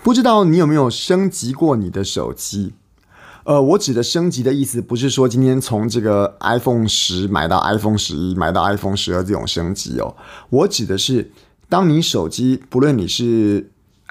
不知道你有没有升级过你的手机？我指的升级的意思不是说今天从这个 iPhone 10买到 iPhone 11买到 iPhone 12这种升级哦，我指的是当你手机不论你是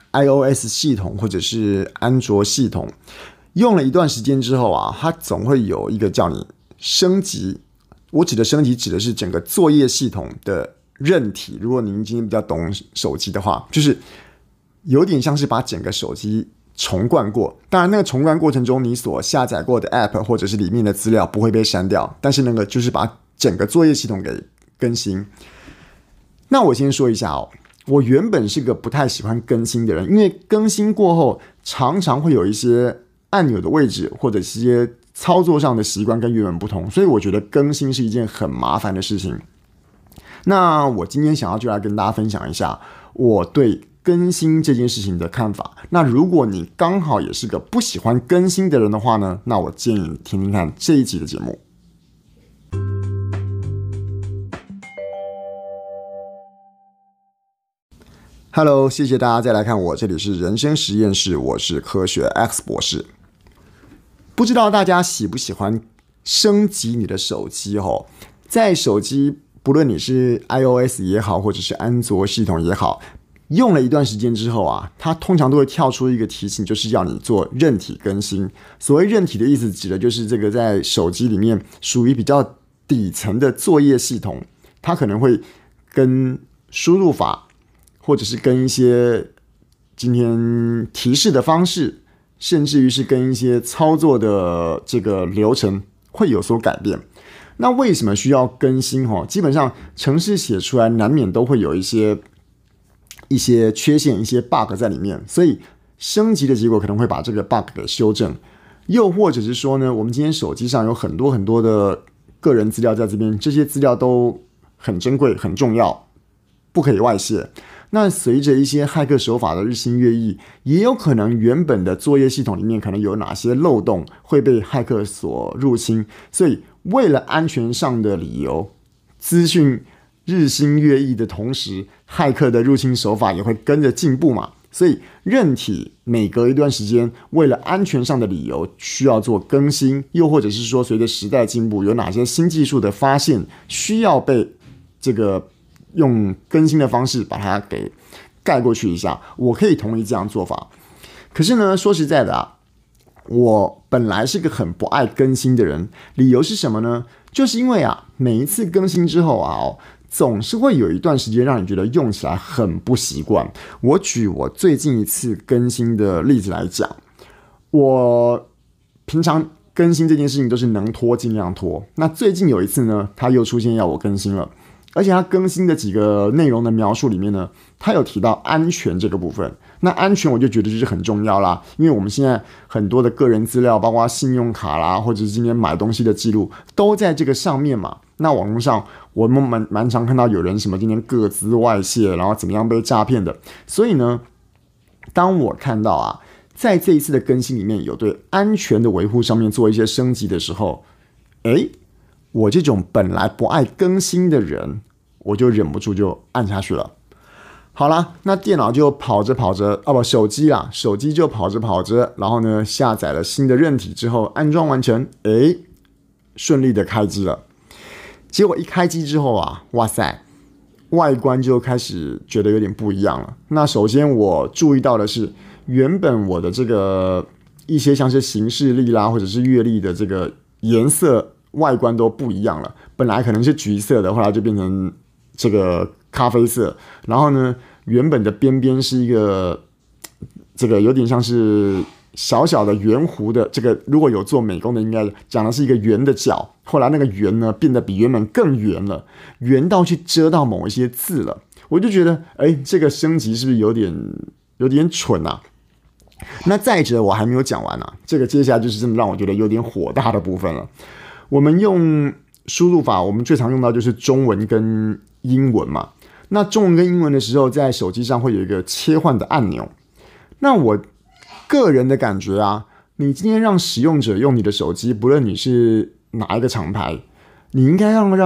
iOS 系统或者是安卓系统，用了一段时间之后啊，它总会有一个叫你升级。我指的升级指的是整个作业系统的韧体。如果您今天比较懂手机的话，就是有点像是把整个手机重灌过。当然那个重灌过程中你所下载过的 App 或者是里面的资料不会被删掉，但是那个就是把整个作业系统给更新。那我先说一下哦，我原本是个不太喜欢更新的人，因为更新过后常常会有一些按钮的位置或者是一些操作上的习惯跟原本不同，所以我觉得更新是一件很麻烦的事情。那我今天想要就来跟大家分享一下我对更新这件事情的看法。那如果你刚好也是个不喜欢更新的人的话呢，那我建议你听听看这一集的节目。Hello， 谢谢大家再来看我，这里是人生实验室，我是科学 X 博士。不知道大家喜不喜欢升级你的手机哦？在手机不论你是 iOS 也好，或者是安卓系统也好，用了一段时间之后啊，它通常都会跳出一个提醒，就是要你做韧体更新。所谓韧体的意思，指的就是这个在手机里面属于比较底层的作业系统，它可能会跟输入法，或者是跟一些今天提示的方式，甚至于是跟一些操作的这个流程会有所改变。那为什么需要更新？基本上程式写出来难免都会有一些缺陷，一些 bug 在里面，所以升级的结果可能会把这个 bug 给修正。又或者是说呢，我们今天手机上有很多很多的个人资料在这边，这些资料都很珍贵很重要，不可以外泄。那随着一些骇客手法的日新月异，也有可能原本的作业系统里面可能有哪些漏洞会被骇客所入侵，所以为了安全上的理由，资讯日新月异的同时，骇客的入侵手法也会跟着进步嘛。所以韧体每隔一段时间，为了安全上的理由需要做更新，又或者是说随着时代进步，有哪些新技术的发现需要被这个用更新的方式把它给盖过去一下，我可以同意这样做法。可是呢，说实在的啊，我本来是个很不爱更新的人，理由是什么呢？就是因为啊，每一次更新之后啊，总是会有一段时间让你觉得用起来很不习惯。我举我最近一次更新的例子来讲，我平常更新这件事情都是能拖尽量拖。那最近有一次呢，它又出现要我更新了。而且它更新的几个内容的描述里面呢，它有提到安全这个部分。那安全我就觉得就是很重要啦，因为我们现在很多的个人资料，包括信用卡啦，或者是今天买东西的记录，都在这个上面嘛。那网络上我们蛮常看到有人什么今天个资外泄，然后怎么样被诈骗的。所以呢，当我看到啊，在这一次的更新里面有对安全的维护上面做一些升级的时候，我这种本来不爱更新的人，我就忍不住就按下去了。好啦，那电脑就跑着跑着，手机就跑着跑着，然后呢，下载了新的韧体之后，安装完成，顺利的开机了。结果一开机之后啊，哇塞，外观就开始觉得有点不一样了。那首先我注意到的是，原本我的这个一些像是行事历啦，或者是月历的这个颜色外观都不一样了。本来可能是橘色的，后来就变成这个咖啡色。然后呢，原本的边边是一个这个有点像是小小的圆弧的，这个如果有做美工的应该讲的是一个圆的角，后来那个圆呢变得比原本更圆了，圆到去遮到某一些字了。我就觉得这个升级是不是有点蠢啊？那再者我还没有讲完啊，这个接下来就是真的让我觉得有点火大的部分了。我们用输入法，我们最常用到就是中文跟英文嘛。那中文跟英文的时候，在手机上会有一个切换的按钮。那我个人的感觉啊，你今天让使用者用你的手机，不论你是哪一个厂牌，你应该让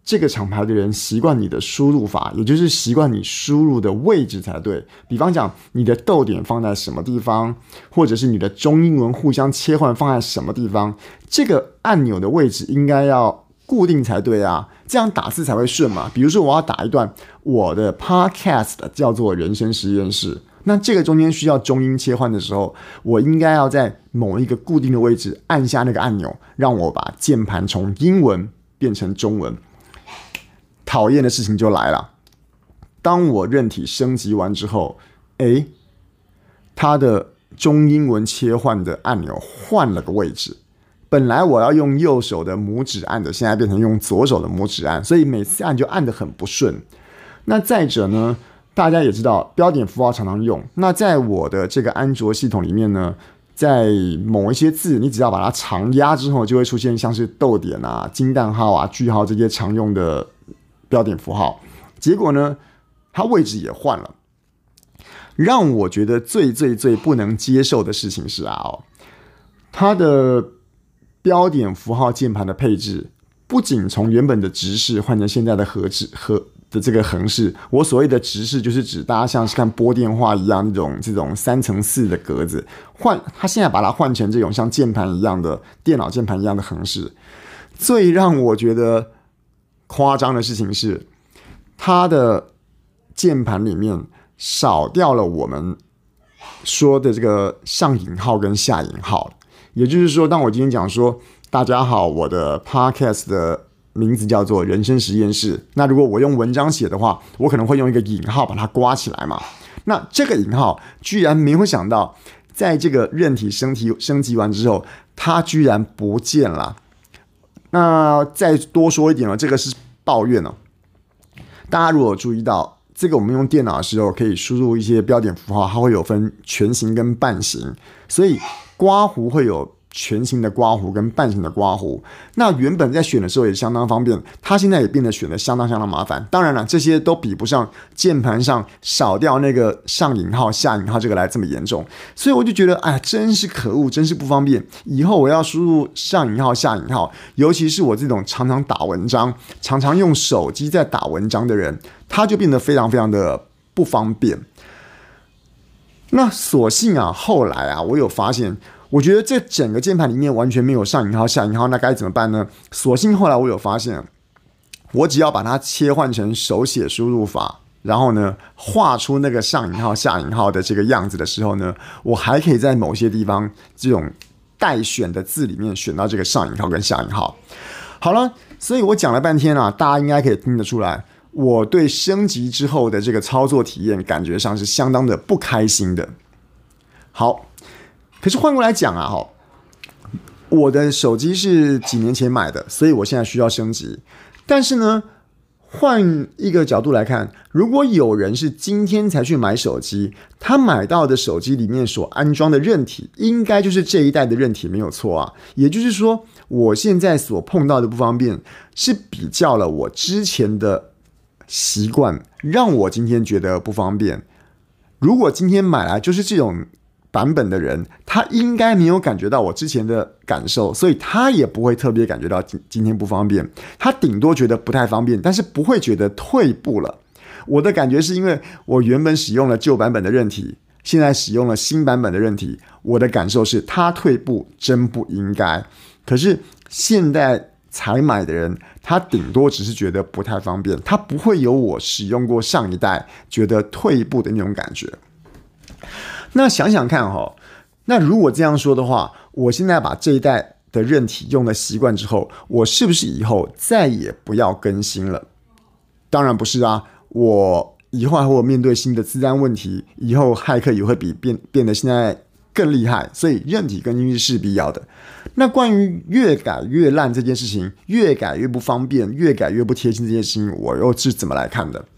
这个厂牌的人习惯你的输入法，也就是习惯你输入的位置才对。比方讲，你的逗点放在什么地方，或者是你的中英文互相切换放在什么地方，这个按钮的位置应该要固定才对啊，这样打字才会顺嘛。比如说我要打一段我的 podcast 叫做人生实验室，那这个中间需要中英切换的时候，我应该要在某一个固定的位置按下那个按钮，让我把键盘从英文变成中文。讨厌的事情就来了，当我韧体升级完之后，它的中英文切换的按钮换了个位置，本来我要用右手的拇指按的，现在变成用左手的拇指按，所以每次按就按得很不顺。那再者呢，大家也知道标点符号常常用，那在我的这个安卓系统里面呢，在某一些字你只要把它长压之后，就会出现像是逗点啊、惊叹号啊、句号这些常用的标点符号。结果呢，它位置也换了。让我觉得最不能接受的事情是它的标点符号键盘的配置不仅从原本的直视换成现在的的这个横式。我所谓的直视就是指大家像是看拨电话一样这种3乘4的格子，它现在把它换成这种像键盘一样的电脑键盘一样的横式。最让我觉得夸张的事情是，它的键盘里面少掉了我们说的这个上引号跟下引号。也就是说，当我今天讲说大家好，我的 podcast 的名字叫做人生实验室，那如果我用文章写的话，我可能会用一个引号把它刮起来嘛。那这个引号居然没有想到，在这个韧体升级完之后，它居然不见了。那再多说一点这个是抱怨大家如果有注意到，这个我们用电脑的时候可以输入一些标点符号，它会有分全形跟半形，所以刮胡会有全形的刮胡跟半形的刮胡。那原本在选的时候也相当方便，它现在也变得选的相当麻烦。当然了，这些都比不上键盘上少掉那个上引号下引号这个来这么严重。所以我就觉得真是可恶，真是不方便。以后我要输入上引号下引号，尤其是我这种常常打文章常常用手机在打文章的人，它就变得非常的不方便。那所幸后来我有发现，我觉得这整个键盘里面完全没有上引号下引号，那该怎么办呢？所幸后来我有发现，我只要把它切换成手写输入法，然后呢画出那个上引号下引号的这个样子的时候呢，我还可以在某些地方这种待选的字里面选到这个上引号跟下引号。好了，所以我讲了半天大家应该可以听得出来，我对升级之后的这个操作体验感觉上是相当的不开心的。好，可是换过来讲我的手机是几年前买的，所以我现在需要升级。但是呢，换一个角度来看，如果有人是今天才去买手机，他买到的手机里面所安装的韧体应该就是这一代的韧体，没有错也就是说，我现在所碰到的不方便是比较了我之前的习惯，让我今天觉得不方便。如果今天买来就是这种版本的人，他应该没有感觉到我之前的感受，所以他也不会特别感觉到今天不方便，他顶多觉得不太方便，但是不会觉得退步了。我的感觉是因为我原本使用了旧版本的韧体，现在使用了新版本的韧体，我的感受是他退步真不应该。可是现在才买的人，他顶多只是觉得不太方便，他不会有我使用过上一代觉得退步的那种感觉。那想想看那如果这样说的话，我现在把这一代的韧体用的习惯之后，我是不是以后再也不要更新了？当然不是我以后还会面对新的资安问题，以后骇客也会变得现在更厉害，所以韧体更新是势必要的。那关于越改越烂这件事情，越改越不方便，越改越不贴心这件事情，我又是怎么来看的？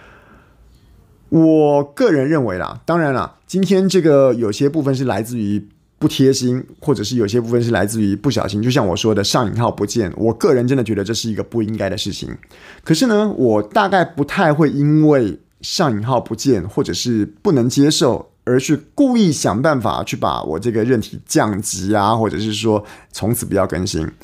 我个人认为当然今天这个有些部分是来自于不贴心，或者是有些部分是来自于不小心，就像我说的上引号不见，我个人真的觉得这是一个不应该的事情。可是呢，我大概不太会因为上引号不见或者是不能接受而去故意想办法去把我这个韧体降级或者是说从此不要更新。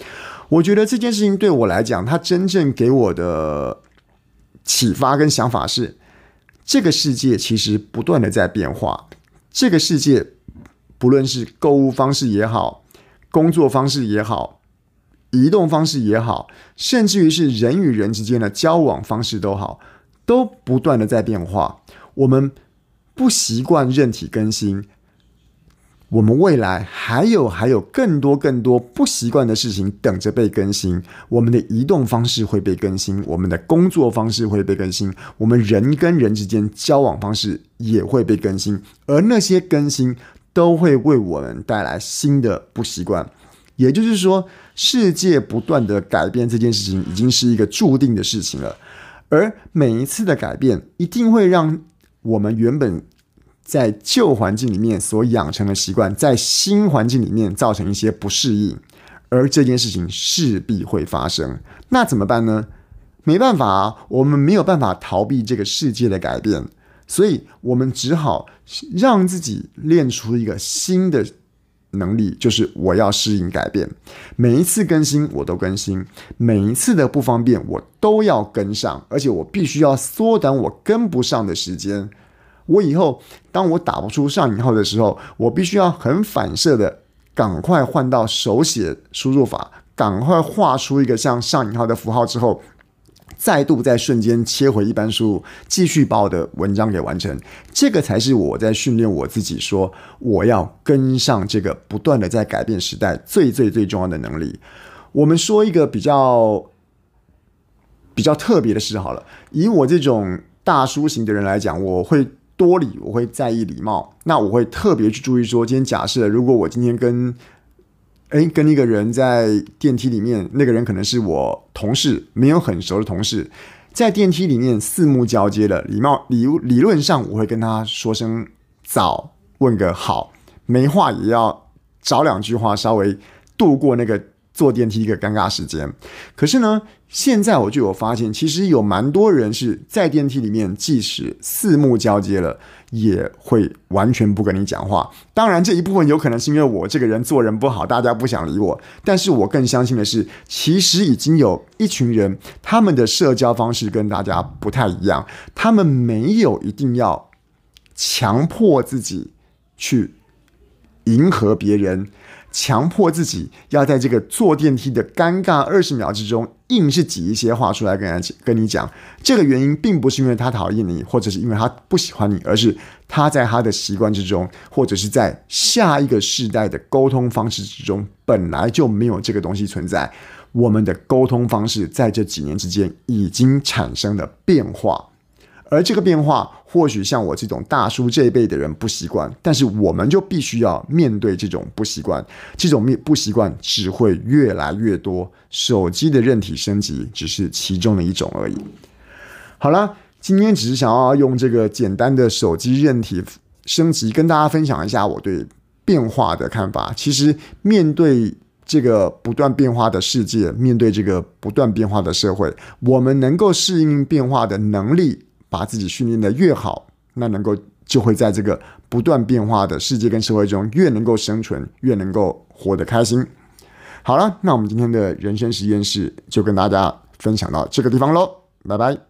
我觉得这件事情对我来讲，它真正给我的启发跟想法是，这个世界其实不断的在变化。这个世界不论是购物方式也好，工作方式也好，移动方式也好，甚至于是人与人之间的交往方式都好，都不断的在变化。我们不习惯韧体更新，我们未来还有更多不习惯的事情等着被更新。我们的移动方式会被更新，我们的工作方式会被更新，我们人跟人之间交往方式也会被更新，而那些更新都会为我们带来新的不习惯。也就是说，世界不断的改变这件事情已经是一个注定的事情了，而每一次的改变一定会让我们原本在旧环境里面所养成的习惯，在新环境里面造成一些不适应，而这件事情势必会发生。那怎么办呢？没办法啊，我们没有办法逃避这个世界的改变，所以我们只好让自己练出一个新的能力，就是我要适应改变。每一次更新我都更新，每一次的不方便我都要跟上，而且我必须要缩短我跟不上的时间。我以后当我打不出上引号的时候，我必须要很反射的赶快换到手写输入法，赶快画出一个像上引号的符号之后，再度在瞬间切回一般输入，继续把我的文章给完成。这个才是我在训练我自己说我要跟上这个不断的在改变时代最重要的能力。我们说一个比较特别的事好了，以我这种大叔型的人来讲，我会多礼，我会在意礼貌，那我会特别去注意说，今天假设如果我今天跟一个人在电梯里面，那个人可能是我同事，没有很熟的同事，在电梯里面四目交接了，理论上我会跟他说声早，问个好，没话也要找两句话，稍微度过那个坐电梯一个尴尬时间。可是呢，现在我就有发现，其实有蛮多人是在电梯里面，即使四目交接了，也会完全不跟你讲话。当然，这一部分有可能是因为我这个人做人不好，大家不想理我。但是我更相信的是，其实已经有一群人，他们的社交方式跟大家不太一样，他们没有一定要强迫自己去迎合别人，强迫自己要在这个坐电梯的尴尬20秒之中，硬是挤一些话出来跟你讲。这个原因并不是因为他讨厌你，或者是因为他不喜欢你，而是他在他的习惯之中，或者是在下一个世代的沟通方式之中，本来就没有这个东西存在。我们的沟通方式在这几年之间已经产生了变化。而这个变化或许像我这种大叔这一辈的人不习惯，但是我们就必须要面对这种不习惯，这种不习惯只会越来越多，手机的韧体升级只是其中的一种而已。好了，今天只是想要用这个简单的手机韧体升级跟大家分享一下我对变化的看法。其实面对这个不断变化的世界，面对这个不断变化的社会，我们能够适应变化的能力，把自己训练得越好，那就会在这个不断变化的世界跟社会中越能够生存，越能够活得开心。好了，那我们今天的人生实验室就跟大家分享到这个地方咯，拜拜。